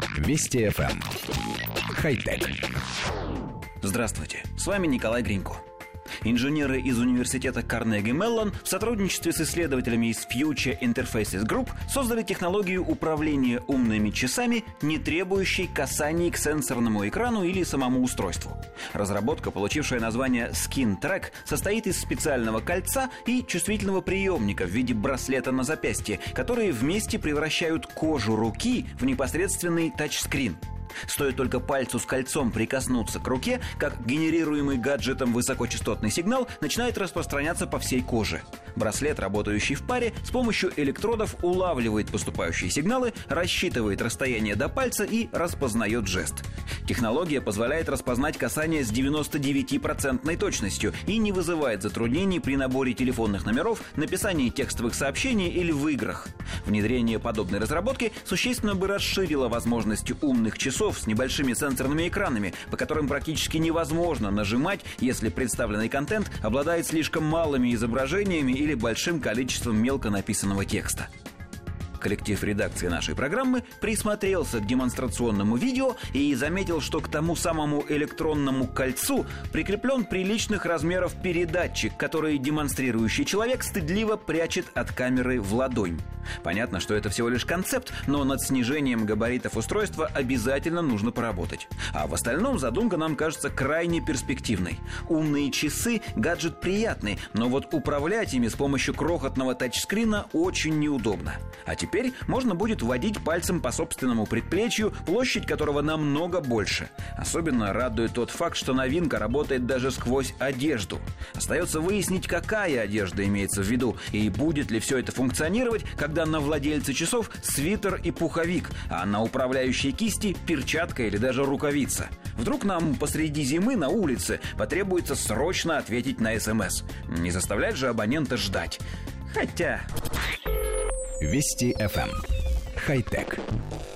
Вести ФМ. Хай-тек. Здравствуйте, с вами Николай Гринько. Инженеры из университета Карнеги Меллон в сотрудничестве с исследователями из Future Interfaces Group создали технологию управления умными часами, не требующей касаний к сенсорному экрану или самому устройству. Разработка, получившая название Skin Track, состоит из специального кольца и чувствительного приемника в виде браслета на запястье, которые вместе превращают кожу руки в непосредственный тачскрин. Стоит только пальцу с кольцом прикоснуться к руке, как генерируемый гаджетом высокочастотный сигнал начинает распространяться по всей коже. Браслет, работающий в паре, с помощью электродов улавливает поступающие сигналы, рассчитывает расстояние до пальца и распознает жест. Технология позволяет распознать касание с 99% точностью и не вызывает затруднений при наборе телефонных номеров, написании текстовых сообщений или в играх. Внедрение подобной разработки существенно бы расширило возможности умных часов с небольшими сенсорными экранами, по которым практически невозможно нажимать, если представленный контент обладает слишком малыми изображениями или большим количеством мелко написанного текста. Коллектив редакции нашей программы присмотрелся к демонстрационному видео и заметил, что к тому самому электронному кольцу прикреплен приличных размеров передатчик, который демонстрирующий человек стыдливо прячет от камеры в ладонь. Понятно, что это всего лишь концепт, но над снижением габаритов устройства обязательно нужно поработать. А в остальном задумка нам кажется крайне перспективной. Умные часы – гаджет приятный, но вот управлять ими с помощью крохотного тачскрина очень неудобно. А теперь можно будет водить пальцем по собственному предплечью, площадь которого намного больше. Особенно радует тот факт, что новинка работает даже сквозь одежду. Остается выяснить, какая одежда имеется в виду, и будет ли все это функционировать, когда на владельце часов свитер и пуховик, а на управляющей кисти перчатка или даже рукавица. Вдруг нам посреди зимы на улице потребуется срочно ответить на СМС. Не заставлять же абонента ждать. Хотя... Вести ФМ. Хай-тек.